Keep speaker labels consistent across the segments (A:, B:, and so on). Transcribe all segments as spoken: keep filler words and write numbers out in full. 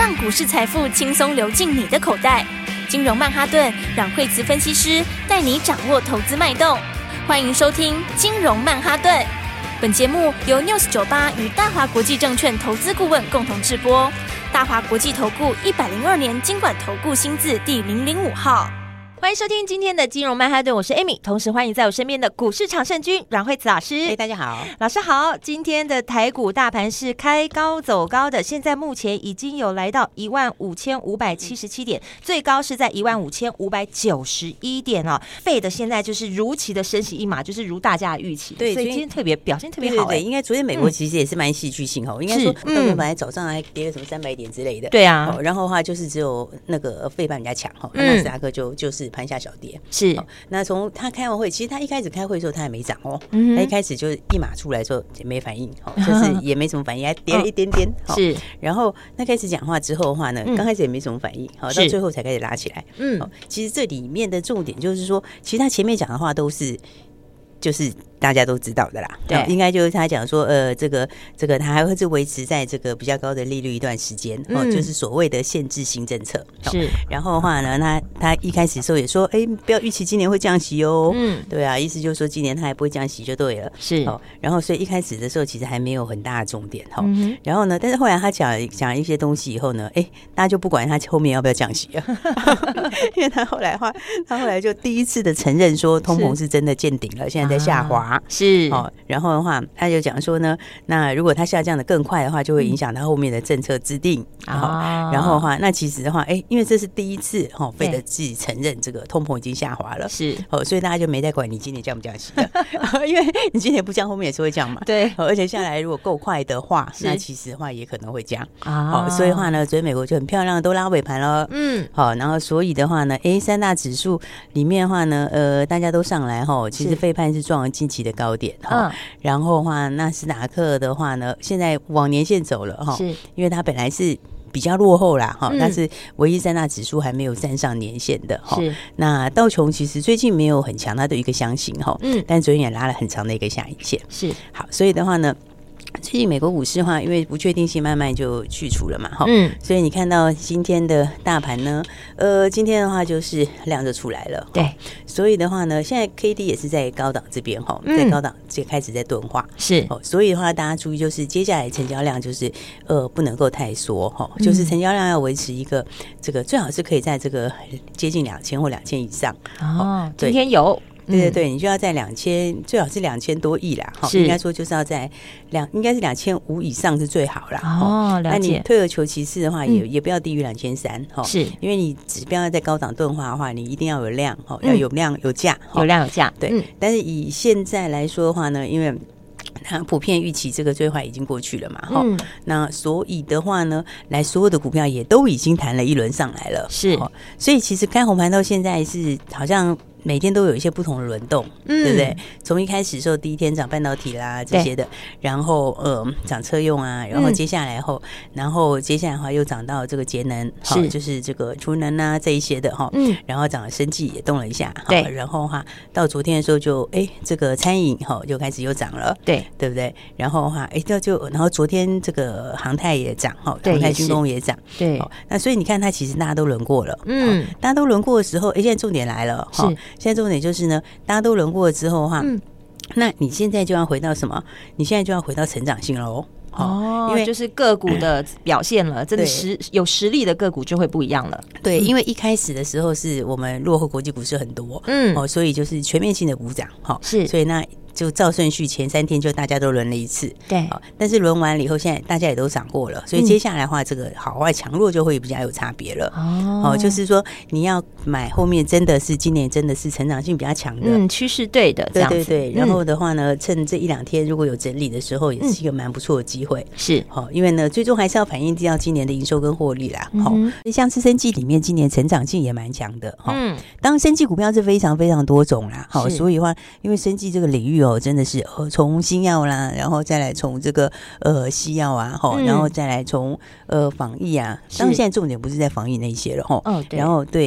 A: 让股市财富轻松流进你的口袋。金融曼哈顿让惠慈分析师带你掌握投资脉动。欢迎收听金融曼哈顿。本节目由 News 九十八与大华国际证券投资顾问共同制播。大华国际投顾一百零二年金管投顾新字第零零五号。欢迎收听今天的金融曼哈顿，我是 Amy， 同时欢迎在我身边的股市常胜军阮惠慈老师。
B: 哎，大家好，
A: 老师好。今天的台股大盘是开高走高的，现在目前已经有来到一万五千五百七十七点，最高是在一万五千五百九十一点哦。费的现在就是如期的升息一码，就是如大家的预期，
B: 对，
A: 所以今天特别表现特别好。
B: 对对对，应该昨天美国其实也是蛮戏剧性哦，嗯、应该说道琼本来早上还跌了什么三百点之类的，
A: 对啊、
B: 哦，然后的话就是只有那个费半比较强哈，那纳斯达克就就是盘下小跌。
A: 是、
B: 哦，那从他开完会，其实他一开始开会的时候他还没涨哦，嗯、他一开始就一码出来的时候也没反应，哦，就是也没什么反应，还跌了一点点。哦、
A: 是，
B: 然后那开始讲话之后的话呢，刚、嗯、开始也没什么反应，好、哦，到最后才开始拉起来。嗯、哦，其实这里面的重点就是说，其实他前面讲的话都是就是大家都知道的啦，对，应该就是他讲说，呃，这个这个他还会是维持在这个比较高的利率一段时间，哦、嗯，就是所谓的限制性政策。是，然后的话呢，他他一开始的时候也说，哎，不要预期今年会降息哦，嗯，对啊，意思就是说今年他还不会降息就对了，是，哦，然后所以一开始的时候其实还没有很大的重点，哈、嗯，然后呢，但是后来他讲讲一些东西以后呢，哎，大家就不管他后面要不要降息了，因为他后来话，他后来就第一次的承认说通膨是真的见顶了，现在在下滑。啊是哦，然后的话，他就讲说呢，那如果它下降的更快的话，就会影响它后面的政策制定啊。然后的话，那其实的话，哎，因为这是第一次哈，费德自己承认这个通膨已经下滑了，是哦，所以大家就没在管你今年降不降息了，因为你今年不降，后面也是会降嘛。对，而且下来如果够快的话，那其实的话也可能会降啊。所以的话呢，所以美国就很漂亮，都拉尾盘了。嗯，好，然后所以的话呢，哎，三大指数里面的话呢，呃，大家都上来哈，其实费半是撞了近期的高点哈、嗯，然后的话，纳斯达克的话呢，现在往年线走了哈，是因为它本来是比较落后啦哈，但、嗯、是唯一三大指数还没有站上年线的哈。那道琼其实最近没有很强，它的一个箱型哈，嗯，但昨天也拉了很长的一个下影线，是好，所以的话呢。最近美国股市的话，因为不确定性慢慢就去除了嘛，哈，嗯，所以你看到今天的大盘呢，呃，今天的话就是量就出来了，对，所以的话呢，现在 K D 也是在高档这边哈，在高档就开始在钝化，是，哦，所以的话大家注意，就是接下来成交量就是呃不能够太缩哈，就是成交量要维持一个这个最好是可以在这个接近两千或两千以上，哦，今天有。对对对，你就要在两千，最好是两千多亿啦，哈，应该说就是要在两，应该是两千五以上是最好啦。哦，了解。那你退而求其次的话，也、嗯、也不要低于两千三，哈，是，因为你指标要在高档钝化的话，你一定要有量，哈、嗯，要有量有价，有量有价，对。嗯、但是以现在来说的话呢，因为它普遍预期这个最坏已经过去了嘛，哈、嗯，那所以的话呢，来所有的股票也都已经弹了一轮上来了，是，所以其实开红盘到现在是好像。每天都有一些不同的轮动，嗯、对不对？从一开始的时候，第一天涨半导体啦这些的，然后呃涨车用啊，然后接下来后，嗯、然后接下来的话又涨到这个节能，是就是这个储能啊这一些的哈，嗯，然后涨了生技也动了一下，对，然后哈到昨天的时候就哎这个餐饮哈就开始又涨了，对，对不对？然后哈哎就就然后昨天这个航太也涨哈，航太军工也涨，对，那所以你看它其实大家都轮过了，嗯，大家都轮过的时候，哎现在重点来了，是。现在重点就是呢，大家都轮过了之后的话，嗯，那你现在就要回到什么？你现在就要回到成长性喽。哦，因为就是个股的表现了，真的实有实力的个股就会不一样了。对，因为一开始的时候是我们落后国际股市很多，嗯，哦，所以就是全面性的补涨，哈，是，所以那。就照顺序，前三天就大家都轮了一次，对。但是轮完了以后，现在大家也都涨过了，所以接下来的话，这个好坏强弱就会比较有差别了。哦，哦，就是说你要买后面真的是今年真的是成长性比较强的，嗯，趋势对的，对对对。然后的话呢，趁这一两天如果有整理的时候，也是一个蛮不错的机会。是，好，因为呢，最终还是要反映掉今年的营收跟获利啦。好，像是生技里面，今年成长性也蛮强的。嗯，当然生技股票是非常非常多种啦。好，所以的话，因为生技这个领域哦，真的是呃从新药啦，然后再来从这个呃西药啊，哈、嗯，然后再来从呃防疫啊，当然现在重点不是在防疫那些了哈，哦，然后对，然后再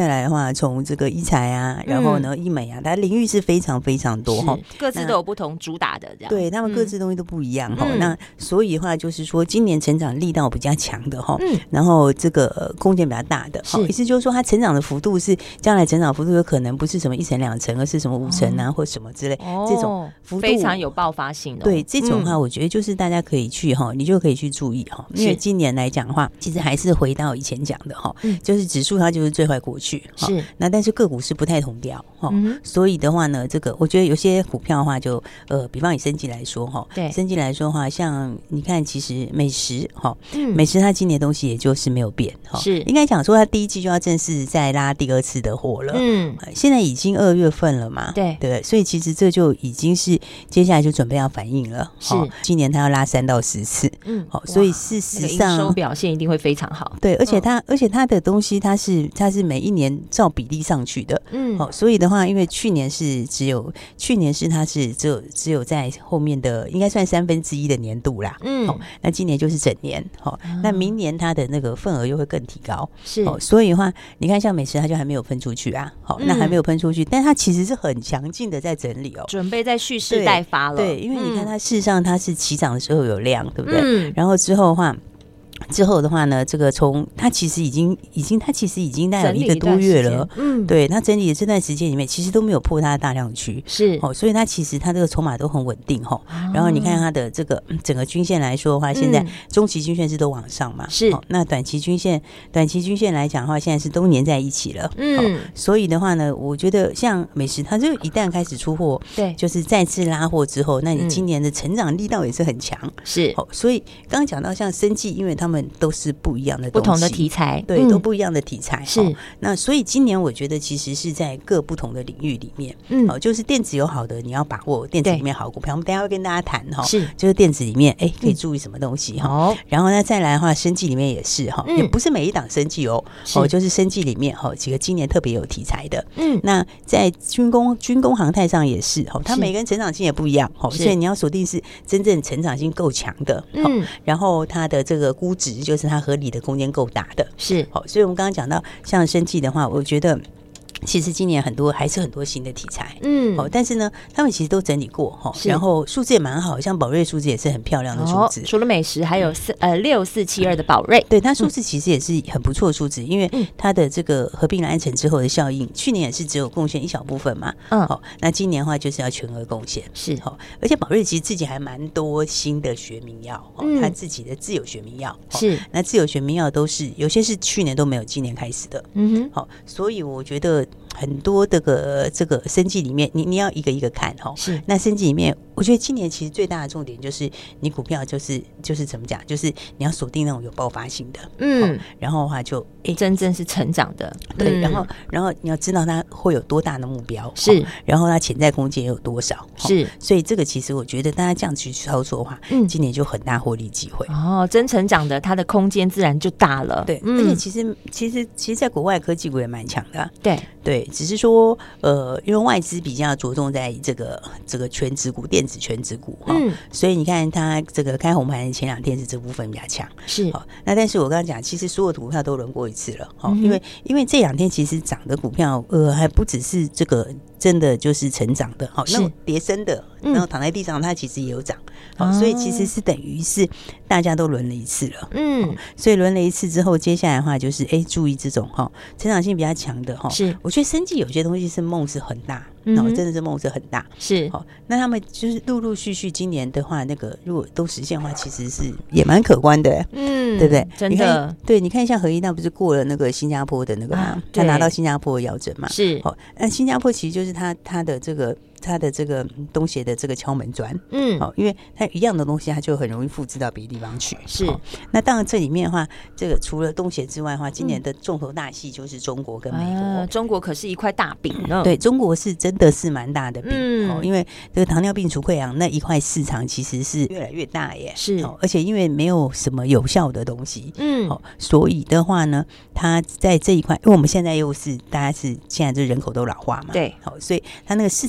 B: 再来的话，从这个医材啊，然后呢、嗯、医美啊，它领域是非常非常多哈，
C: 各自都有不同主打的这样，
B: 对他们各自东西都不一样哈、
C: 嗯。
B: 那所以的话就是说，今年成长力道比较强的哈、嗯，然后这个空间比较大的，意思就是说它成长的幅度是将来成长幅度有可能不是什么一成两成，而是什么五成啊、哦、或什么之类、哦、这种幅度
C: 非常有爆发性的、哦。
B: 对这种的话，我觉得就是大家可以去哈、嗯，你就可以去注意哈，因为今年来讲的话，其实还是回到以前讲的哈、嗯，就是指数它就是最坏过去，是那但是个股是不太同调哈、嗯，所以的话呢，这个我觉得有些股票的话就呃，比方以生技来说哈，对，生技来说的话，像你看，其实美食哈、嗯，美食它今年东西也就是没有变哈，是应该讲说它第一季就要正式再拉第二次的货了，嗯，现在已经二月份了嘛，对对，所以其实这就已经是接下来就准备要反应了，是今年它要拉三到十次，嗯，好，所以事实上、
C: 那个、营收表现一定会非常好，
B: 对，而且它、嗯、而且它的东西它是它是每一年照比例上去的，嗯，好，所以的话，因为去年是只有去年是它是只有只有在后面的应该算三分之一的年度啦，嗯，好，那今年就是整年，好、嗯，那明年它的那个份额又会更提高，是，哦，所以的话，你看像美食它就还没有喷出去啊，好、嗯，那还没有喷出去，但它其实是很强劲的在整理哦，
C: 准备在蓄势待发了，
B: 对，对，因为你看它事实上它是起涨的时候有量，对不对？嗯，然后之后的话。之后的话呢，这个从它其实已经已经它其实已经大概有一个多月了，嗯，对，它整理的这段时间里面，其实都没有破它的大量区，是哦，所以它其实它这个筹码都很稳定哈、哦。然后你看它的这个整个均线来说的话，现在中期均线是都往上嘛，是、哦，那短期均线短期均线来讲的话，现在是都粘在一起了，嗯、哦，所以的话呢，我觉得像美食，它就一旦开始出货，对，就是再次拉货之后，那你今年的成长力道也是很强，是哦，所以刚刚讲到像生技，因为他们都是不一样的东西，
C: 不同的题材，
B: 对、嗯，都不一样的题材。是、哦、那所以今年我觉得其实是在各不同的领域里面，嗯，哦，就是电子有好的，你要把握电子里面好股票。我们等一下会跟大家谈哈，是就是电子里面哎可以注意什么东西哈、嗯。然后呢再来的话，生技里面也是哈、嗯，也不是每一档生技哦，哦就是生技里面哈几个今年特别有题材的，嗯，那在军工军工航太上也是哈，它每个人成长性也不一样哈，所以你要锁定是真正成长性够强的，嗯，然后它的这个估值就是它合理的空间够大的，是好，所以我们刚刚讲到像生技的话，我觉得其实今年很多还是很多新的题材，嗯，哦，但是呢，他们其实都整理过哈，然后数字也蛮好，像宝瑞数字也是很漂亮的数字、哦。
C: 除了美食，还有四、嗯、呃六四七二的宝瑞，
B: 对它数字其实也是很不错的数字，因为它的这个合并了安诚之后的效应，去年也是只有贡献一小部分嘛，嗯，好、哦，那今年的话就是要全额贡献，是好、哦，而且宝瑞其实自己还蛮多新的学名药，哦，它、嗯、自己的自有学名药、哦、是，那自有学名药都是有些是去年都没有，今年开始的，嗯哼，好、哦，所以我觉得。很多这个这个生技里面，你你要一个一个看哈。是。那生技里面，我觉得今年其实最大的重点就是你股票就是就是怎么讲，就是你要锁定那种有爆发性的，嗯，然后的话就
C: 哎、欸、真正是成长的，
B: 对，嗯、然后然后你要知道它会有多大的目标，是，然后它潜在空间有多少，是，所以这个其实我觉得大家这样去操作的话，嗯，今年就很大获利机会
C: 哦，真成长的它的空间自然就大了，
B: 对，嗯、而且其实其实其实在国外科技股也蛮强的、啊，对对。只是说，呃，因为外资比较着重在这个这个全指股、电子全指股哈、嗯，所以你看它这个开红盘前两天是这部分比较强，是好。那但是我刚刚讲，其实所有的股票都轮过一次了，哈、嗯，因为因为这两天其实涨的股票，呃，还不只是这个真的就是成长的，好，那种跌升的，然后躺在地上，它其实也有涨，好、嗯，所以其实是等于是大家都轮了一次了，嗯，所以轮了一次之后，接下来的话就是哎，注意这种哈成长性比较强的哈，是，我觉得生技有些东西是梦是很大，然后真的是梦是很大，是好，那他们就是陆陆续续今年的话，那个如果都实现的话，其实是也蛮可观的，嗯，对不对？
C: 真的，
B: 对，你看像合一那不是过了那个新加坡的那个嘛，啊、他拿到新加坡的药证嘛，是好，那新加坡其实就是他他的这个。它的这个东协的这个敲门砖，嗯，好，因为它一样的东西，它就很容易复制到别的地方去。是，那当然这里面的话，这个除了东协之外的话，今年的重头大戏就是中国跟美国。
C: 啊、中国可是一块大饼呢。
B: 对，中国是真的是蛮大的饼，嗯、哦，因为这个糖尿病、除溃疡那一块市场其实是越来越大耶。是、哦，而且因为没有什么有效的东西，嗯，哦，所以的话呢，它在这一块，因为我们现在又是大家是现在这人口都老化嘛，对，好、哦，所以它那个市场其实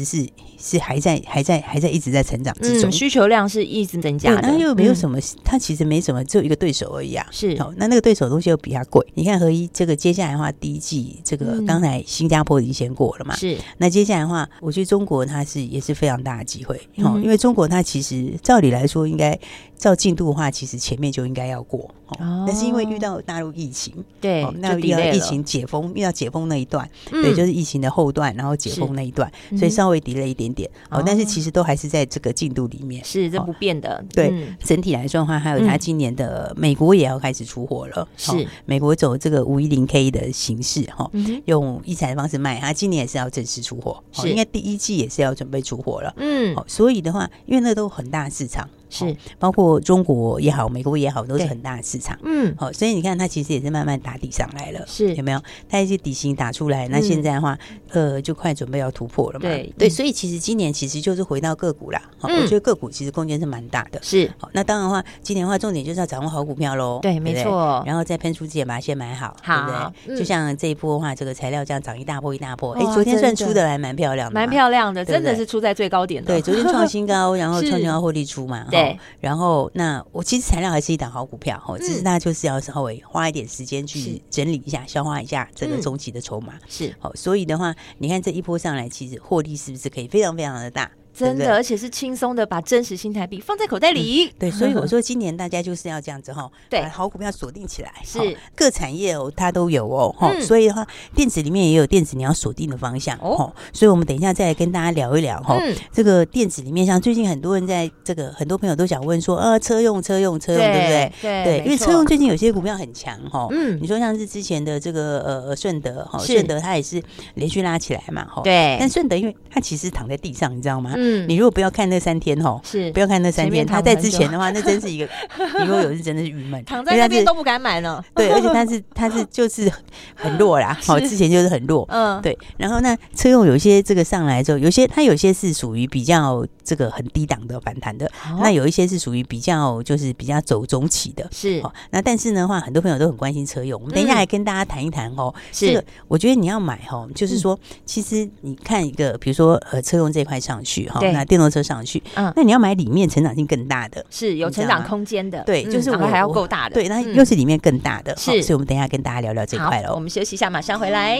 B: 实是是还在还在还在一直在成长之中，
C: 嗯、需求量是一直增加的。
B: 那又没有什么，它、嗯、其实没什么，只有一个对手而已啊。
C: 是，
B: 好、哦，那那个对手的东西又比它贵。你看合一这个接下来的话，第一季这个刚才新加坡已经先过了嘛，
C: 是、嗯。
B: 那接下来的话，我觉得中国它是也是非常大的机会，哦、嗯，因为中国它其实照理来说应该照进度的话，其实前面就应该要过，哦，但是因为遇到大陆疫情，
C: 对，
B: 哦、那遇到疫情解封，遇到解封那一段，
C: 嗯、
B: 对，就是疫情的后段，然后解封那一段，所以稍微 delay 一点点，哦，哦但是其实都还是在这个进度里面，
C: 是这不变的。哦、
B: 对、
C: 嗯，
B: 整体来说的话，还有它今年的美国也要开始出货了，
C: 是、
B: 哦、美国走这个五一零 K 的形式，哈、哦
C: 嗯，
B: 用一材的方式卖，它今年也是要正式出货，
C: 是、哦、
B: 应该第一季也是要准备出货了，
C: 嗯，
B: 哦，所以的话，因为那都很大市场。
C: 是、
B: 哦，包括中国也好，美国也好，都是很大的市场。
C: 嗯，
B: 好、哦，所以你看，它其实也是慢慢打底上来了，
C: 是
B: 有没有？它一些底型打出来，那现在的话，嗯、呃，就快准备要突破了嘛。
C: 对
B: 对，所以其实今年其实就是回到个股啦。好、哦嗯，我觉得个股其实空间是蛮大的。
C: 是，
B: 好、哦，那当然的话，今年的话，重点就是要掌握好股票喽。
C: 对，
B: 对对
C: 没错。
B: 然后在喷出之前把它先买好，
C: 好，
B: 对不对？嗯、就像这一波的话，这个材料这样涨一大波一大波，哎，
C: 昨
B: 昨天算出的还蛮漂亮的，
C: 蛮漂亮的，
B: 对对
C: 真的是出在最高点的。
B: 对，昨天创新高，然后创新高获利出嘛。
C: 对，
B: 然后。那我其实材料还是一档好股票哈，只是大家就是要稍微花一点时间去整理一下、消化一下这个中期的筹码。
C: 是，
B: 好，所以的话，你看这一波上来，其实获利是不是可以非常非常的大？
C: 真的，而且是轻松的把真实新台币放在口袋里。
B: 嗯、对，所以我说今年大家就是要这样子哈，
C: 对，
B: 把好股票锁定起来。
C: 是
B: 各产业哦，它都有哦，哈、
C: 嗯，
B: 所以的话，电子里面也有电子你要锁定的方向哦。所以我们等一下再来跟大家聊一聊哈、嗯，这个电子里面，像最近很多人在这个，很多朋友都想问说，呃，车用车用车用，对不对？
C: 对
B: 对，因为车用最近有些股票很强哈，
C: 嗯，
B: 你说像是之前的这个呃顺德哈，顺德它也是连续拉起来嘛，哈，
C: 对，
B: 但顺德因为它其实躺在地上，你知道吗？
C: 嗯，
B: 你如果不要看。看那三天吼，
C: 是
B: 不要看那三天。他在之前的话，那真是一个，如果有日真的是郁闷，
C: 躺在那边都不敢买呢。
B: 对，而且他是他是就是很弱啦，好，之前就是很弱，
C: 嗯，
B: 对。然后呢，车用有些这个上来之后，有些它有些是属于比较这个很低档的反弹的，哦、那有一些是属于比较就是比较走中期的，
C: 是。
B: 哦、那但是呢话，很多朋友都很关心车用，我们等一下来跟大家谈一谈哦。
C: 是、
B: 这个，我觉得你要买哦，就是说，嗯、其实你看一个，比如说呃，车用这一块上去哈，那电动车上去，
C: 嗯，
B: 那你要买里面成长性更大的，
C: 是有成长空间的，
B: 对，就是我
C: 还要够大的，
B: 对，那又是里面更大的，
C: 是，
B: 所以我们等一下跟大家聊聊这一块喽。
C: 我们休息一下，马上回来。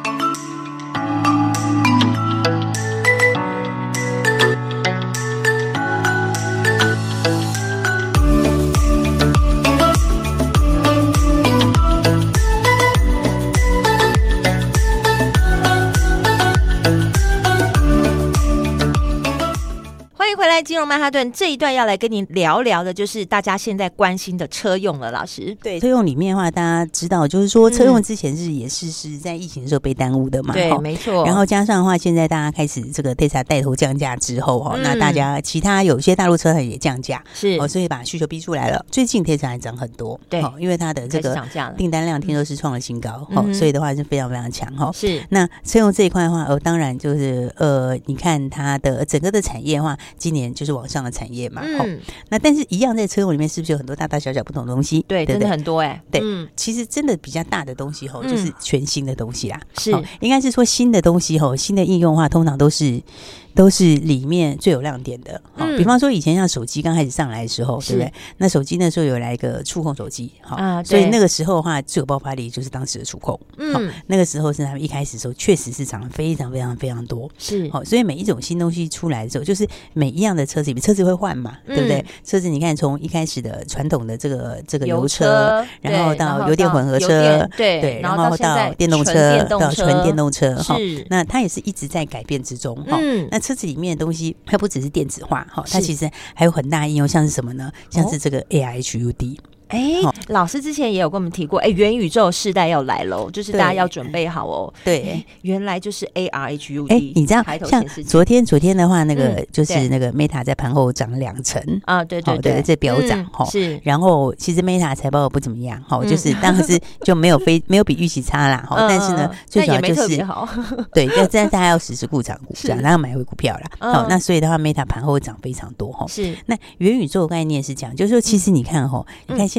C: 回来金融曼哈顿这一段要来跟您聊聊的，就是大家现在关心的车用了。老师，
B: 对车用里面的话，大家知道，就是说车用之前是也是是在疫情的时候被耽误的嘛，
C: 对，没错。
B: 然后加上的话，现在大家开始这个 Tesla 带头降价之后哈、嗯，那大家其他有些大陆车也降价，
C: 是
B: 哦，所以把需求逼出来了。最近 Tesla 还涨很多，
C: 对，
B: 因为它的这个订单量听说是创了新高，哦、嗯，所以的话是非常非常强哈。
C: 是
B: 那车用这一块的话，呃，当然就是呃，你看它的整个的产业的话，今年就是往上的产业嘛，嗯，那但是一样在车用里面是不是有很多大大小小不同的东西？
C: 对，
B: 对对
C: 真的很多哎、欸，
B: 对，嗯，其实真的比较大的东西吼，就是全新的东西啦，
C: 是、
B: 哦，应该是说新的东西吼，新的应用的话，通常都是。都是里面最有亮点的，好、嗯，比方说以前像手机刚开始上来的时候，对不对？那手机那时候有来一个触控手机，好、啊，所以那个时候的话最有爆发力就是当时的触控，嗯，那个时候是他们一开始的时候确实是涨得非常非常非常多，
C: 是，
B: 好，所以每一种新东西出来的时候，就是每一样的车子，车子会换嘛，嗯、对不对？车子你看从一开始的传统的这个这个油车，
C: 油车
B: 然后到油电混合车，
C: 对
B: 对，然后到电动车，到纯电动车，哈，那它也是一直在改变之中，哈、嗯，那车子里面的东西。它不只是电子化，它其实还有很大应用，像是什么呢？像是这个 A R H U D。
C: 哎、欸，老师之前也有跟我们提过，哎、欸，元宇宙世代要来喽，就是大家要准备好哦。
B: 对，
C: 欸、原来就是 A R H U D。
B: 哎、欸，你知道，像昨天昨天的话，那个、嗯、就是那个 Meta 在盘后涨两成
C: 啊，对对 对,
B: 对，这飙涨哈、
C: 嗯。是，
B: 然后其实 Meta 财报不怎么样哈、嗯，就是当然是就没有非没有比预期差啦哈、嗯，但是呢，最主要就是
C: 好
B: 对，但但大家要实时顾涨股价，然后买回股票啦。好、嗯，那所以的话 ，Meta 盘后涨非常多哈。
C: 是，
B: 那元宇宙概念是讲，就是说其实你看哈，你看现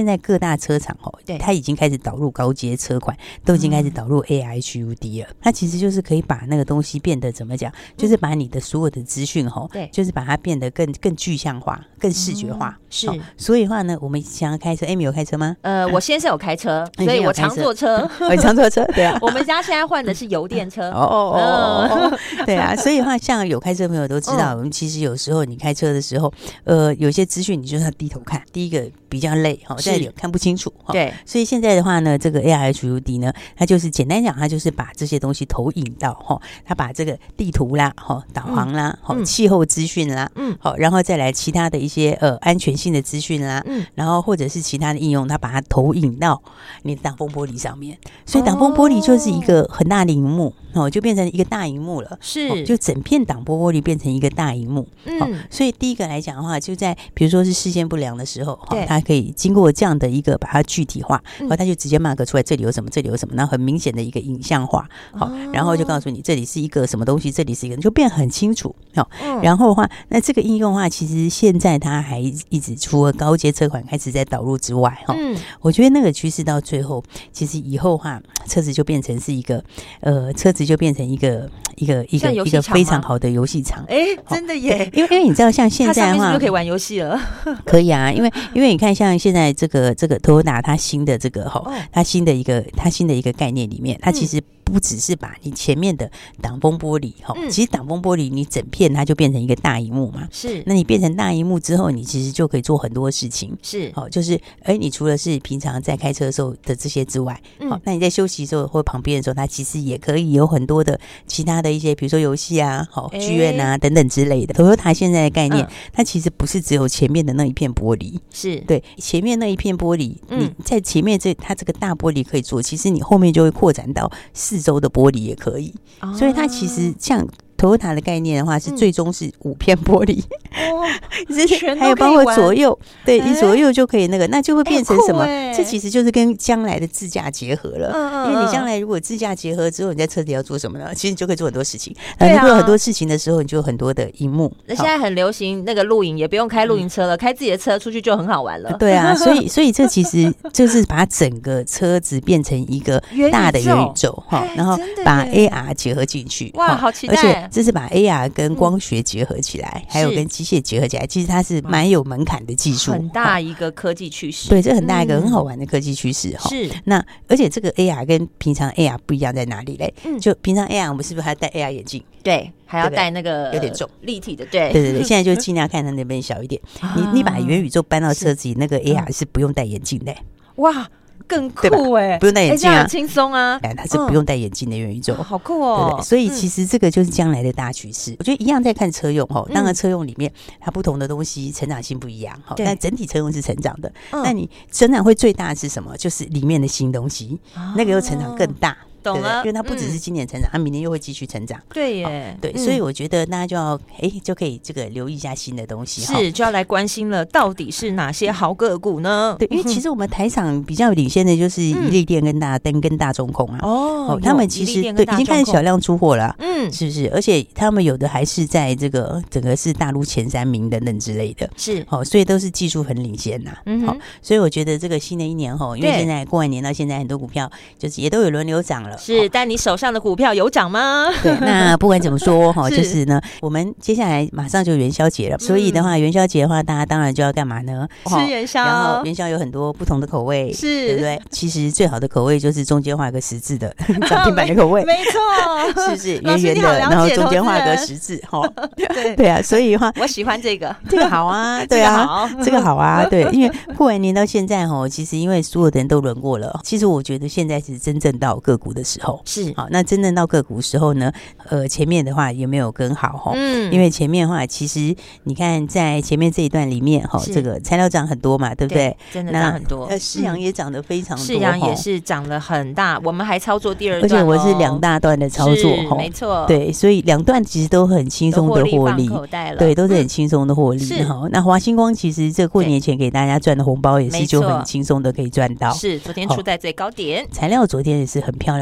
B: 现在各大车厂哦，
C: 对，
B: 它已经开始导入高阶车款，都已经开始导入 A I H U D 了。它其实就是可以把那个东西变得怎么讲，就是把你的所有的资讯哦，
C: 对，
B: 就是把它变得更更具象化、更视觉化。
C: 嗯、是、
B: 哦，所以的话呢，我们想要开车，Amy有开车吗？
C: 呃，我先生有开车，所以我常坐车。
B: 我常坐车，对啊。
C: 我们家现在换的是油电车。
B: 哦哦哦，对啊。所以的话，像有开车的朋友都知道，嗯、我们其实有时候你开车的时候，呃，有些资讯你就是要低头看。第一个比较累哈，再有看不清楚。
C: 对，
B: 所以现在的话呢，这个 A I H U D 呢，它就是简单讲，它就是把这些东西投影到哈，它把这个地图啦、哈导航啦、哈、嗯、气候资讯啦，嗯，好，然后再来其他的一些呃安全性的资讯啦，嗯，然后或者是其他的应用，它把它投影到你的挡风玻璃上面，所以挡风玻璃就是一个很大的荧幕哦，就变成一个大荧幕了，
C: 是，
B: 哦、就整片挡风玻璃变成一个大荧幕，嗯、哦，所以第一个来讲的话，就在比如说是视线不良的时候，哦，它可以经过这样的一个把它具体化，然后它就直接 mark 出来这里有什么，这里有什么，然后很明显的一个影像化，好，哦，然后就告诉你这里是一个什么东西，这里是一个，就变很清楚，好，哦，然后的话，那这个应用的话，其实现在它还一直除了高阶车款开始在导入之外，哈，嗯，我觉得那个趋势到最后，其实以后的话，车子就变成是一个，呃，车子就变成一个一个一个一个非常好的游戏场，
C: 哎，真的耶，
B: 因为因为你知道，像现在的话，
C: 就可以玩游戏了，
B: 可以啊，因为因为你看，像现在这个这个 Toyota 它新的这个哈，哦，它新的一个它新的一个概念里面，它其实不只是把你前面的挡风玻璃哈，嗯，其实挡风玻璃你整片它就变成一个大荧幕嘛，是，那你变成大荧幕之后，你其实就可以做很多事情，是，好，就是哎，你除了是平常在开车的时候的这些之外，嗯，好，那你在休息的时候或旁边的时候，它其实也可以有很多的其他的一些，比如说游戏啊，好，剧院啊等等之类的。Toyota现在的概念，嗯，它其实不是只有前面的那一片玻璃，是对前面那一片玻璃，嗯，你在前面这它这个大玻璃可以做，其实你后面就会扩展到四周的玻璃也可以，哦，所以它其实像Toyota的概念的话，是最终是五片玻璃，哦，还有包括左右，对，你左右就可以那个，那就会变成什么？这其实就是跟将来的自驾结合了。嗯嗯，因为你将来如果自驾结合之后，你在车子要做什么呢？其实你就可以做很多事情。对啊，你做很多事情的时候，你就有很多的荧幕。
C: 那现在很流行那个露营，也不用开露营车了，嗯，开自己的车出去就很好玩了。
B: 对啊，所以所以这其实就是把整个车子变成一个大的元宇宙哈，然后把 A R 结合进去。
C: 哇，好期待！
B: 而且这是把 A R 跟光学结合起来，嗯，还有跟机械结合起来，其实它是蛮有门槛的技术，
C: 很大一个科技趋势。
B: 对，这很大一个很好玩的科技趋势哈，嗯。是，那而且这个 A R 跟平常 A R 不一样在哪里嘞？嗯，就平常 A R 我们是不是还要戴 A R 眼镜？
C: 对，还要戴那个
B: 有点重
C: 立体的，对
B: 对对对，现在就尽量看它那边小一点。你你把元宇宙搬到车子里，那个 A R 是不用戴眼镜的。
C: 哇！更酷哎，欸，
B: 不用戴眼镜啊，
C: 很轻松啊，
B: 哎，它是不用戴眼镜的元宇宙，
C: 嗯，好酷哦，
B: 对不对？所以其实这个就是将来的大趋势。嗯，我觉得一样在看车用哦，当然车用里面它不同的东西成长性不一样哈，但整体车用是成长的。嗯，那你成长会最大的是什么？就是里面的新东西，哦，那个又成长更大。
C: 懂了，
B: 因为它不只是今年成长，它，嗯，明年又会继续成长。
C: 对耶，
B: 哦，对，嗯，所以我觉得大家就要哎就可以这个留意一下新的东西，
C: 是就要来关心了，到底是哪些好个股呢？
B: 对，因为其实我们台厂比较领先的就是一力电跟大灯跟大中控啊。哦，哦他们其实对已经开始小量出货了，嗯，是不是？而且他们有的还是在这个整个是大陆前三名等等之类的，是哦，所以都是技术很领先呐。嗯，好，所以我觉得这个新的一年哈，因为现在过完年到现在很多股票就是也都有轮流涨了，
C: 是，但你手手上的股票有涨吗？
B: 对，那不管怎么说哈，就是呢，我们接下来马上就元宵节了，所以的话，元宵节的话，大家当然就要干嘛呢？
C: 吃元宵，
B: 然后元宵有很多不同的口味，是，对不对？其实最好的口味就是中间画个十字的涨停板的口味，
C: 没错，
B: 是不是圆圆的，然后中间画个十字，哈，对对啊，所以的话，
C: 我喜欢这个，
B: 这个好啊，对啊，这个好啊，对，因为过完年到现在哈，其实因为所有的人都轮过了，其实我觉得现在是真正到个股的时候，是好。那真正到个股的时候呢，呃，前面的话有没有跟好哈？嗯，因为前面的话，其实你看在前面这一段里面哈，这个材料涨很多嘛，对不对？
C: 对真的涨很多。
B: 呃，世阳也涨得非常多，
C: 世阳也是涨了很大。我们还操作第二段，
B: 而且我是两大段的操作哈，
C: 没错。
B: 对，所以两段其实都很轻松的获利，对，都是很轻松的获利哈。那华星光其实这过年前给大家赚的红包也是就很轻松的可以赚到，
C: 是昨天出在最高点，
B: 材料昨天也是很漂亮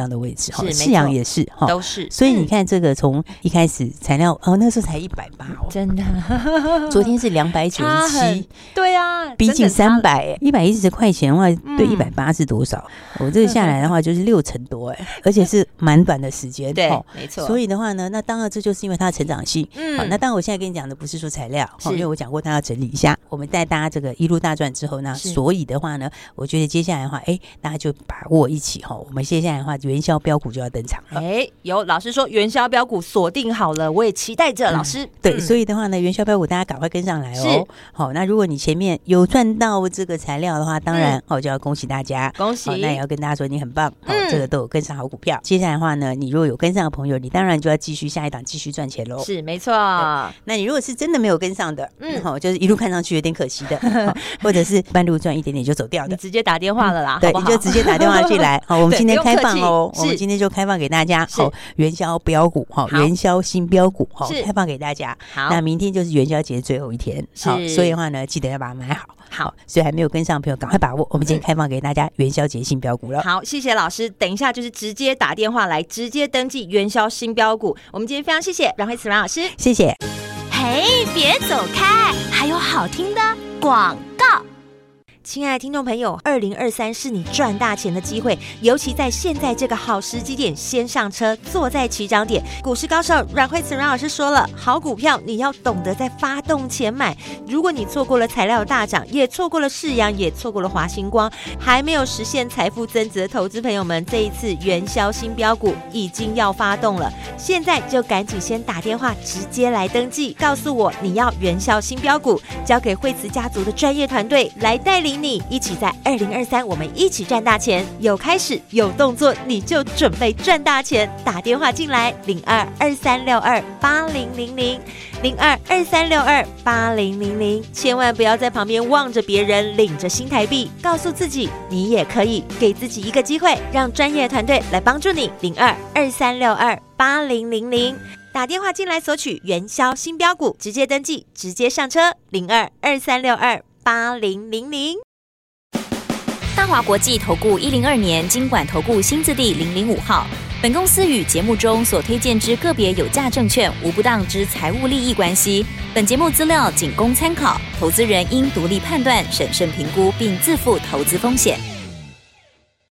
B: 的位置
C: 哈，
B: 世阳也是哈，
C: 都是。
B: 所以你看这个从一开始材料哦，那时候才一百八哦，
C: 真的，
B: 昨天是两百九十七，
C: 对啊，
B: 逼近三百，一百一十块钱的话，对一百八是多少？我、哦、这个下来的话就是六成多哎，而且是蛮短的时间，
C: 对，没错。
B: 所以的话呢，那当然这就是因为它的成长性。
C: 嗯，
B: 好，那当然我现在跟你讲的不是说材料，因为我讲过它要整理一下。我们带大家这个一路大赚之后呢，所以的话呢，我觉得接下来的话，哎，大家就把握一起哈，我们接下来的话，元宵标股就要登场了。
C: 哎，有老师说元宵标股锁定好了，我也期待着、嗯、老师。
B: 对，
C: 嗯、
B: 所以的话呢，元宵标股大家赶快跟上来哦。好，那如果你前面有赚到这个材料的话，当然、嗯、哦就要恭喜大家，
C: 恭喜。
B: 那也要跟大家说你很棒，哦、嗯，这个都有跟上好股票。接下来的话呢，你如果有跟上的朋友，你当然就要继续下一档继续赚钱喽。
C: 是，没错。
B: 那你如果是真的没有跟上的，嗯，好、哦，就是一路看上去有点可惜的，哦、或者是半路赚一点点就走掉的，
C: 你直接打电话了啦，
B: 嗯、对，
C: 好不好？
B: 你就直接打电话进来。好，我们今天开放哦，我们今天就开放给大家，好，元宵标股，好，元宵新标股，好，开放给大家。好，那明天就是元宵节最后一天，好，所以的话呢，记得要把它买好。好，所以还没有跟上的朋友，赶快把握。我们今天开放给大家元宵节新标股了。
C: 好，谢谢老师。等一下就是直接打电话来，直接登记元宵新标股。我们今天非常谢谢阮慧慈阮老师，
B: 谢谢。
A: 嘿，别走开，还有好听的广告。
C: 亲爱的听众朋友，二零二三是你赚大钱的机会，尤其在现在这个好时机点，先上车，坐在起涨点。股市高手阮慧慈阮老师说了，好股票你要懂得在发动前买。如果你错过了材料大涨，也错过了世阳，也错过了华星光，还没有实现财富增值的投资朋友们，这一次元宵新标股已经要发动了，现在就赶紧先打电话直接来登记，告诉我你要元宵新标股，交给慧慈家族的专业团队来带领你一起在二零二三，我们一起赚大钱。有开始有动作，你就准备赚大钱。打电话进来零二二三六二八零零零零二二三六二八零零零，千万不要在旁边望着别人领着新台币，告诉自己你也可以，给自己一个机会，让专业团队来帮助你。零二二三六二八零零零。打电话进来索取元宵新标股，直接登记，直接上车。零二二三六二八零零零。
A: 大华国际投顾一零二年金管投顾新字第零零五号。本公司与节目中所推荐之个别有价证券无不当之财务利益关系。本节目资料仅供参考，投资人应独立判断、审慎评估，并自负投资风险。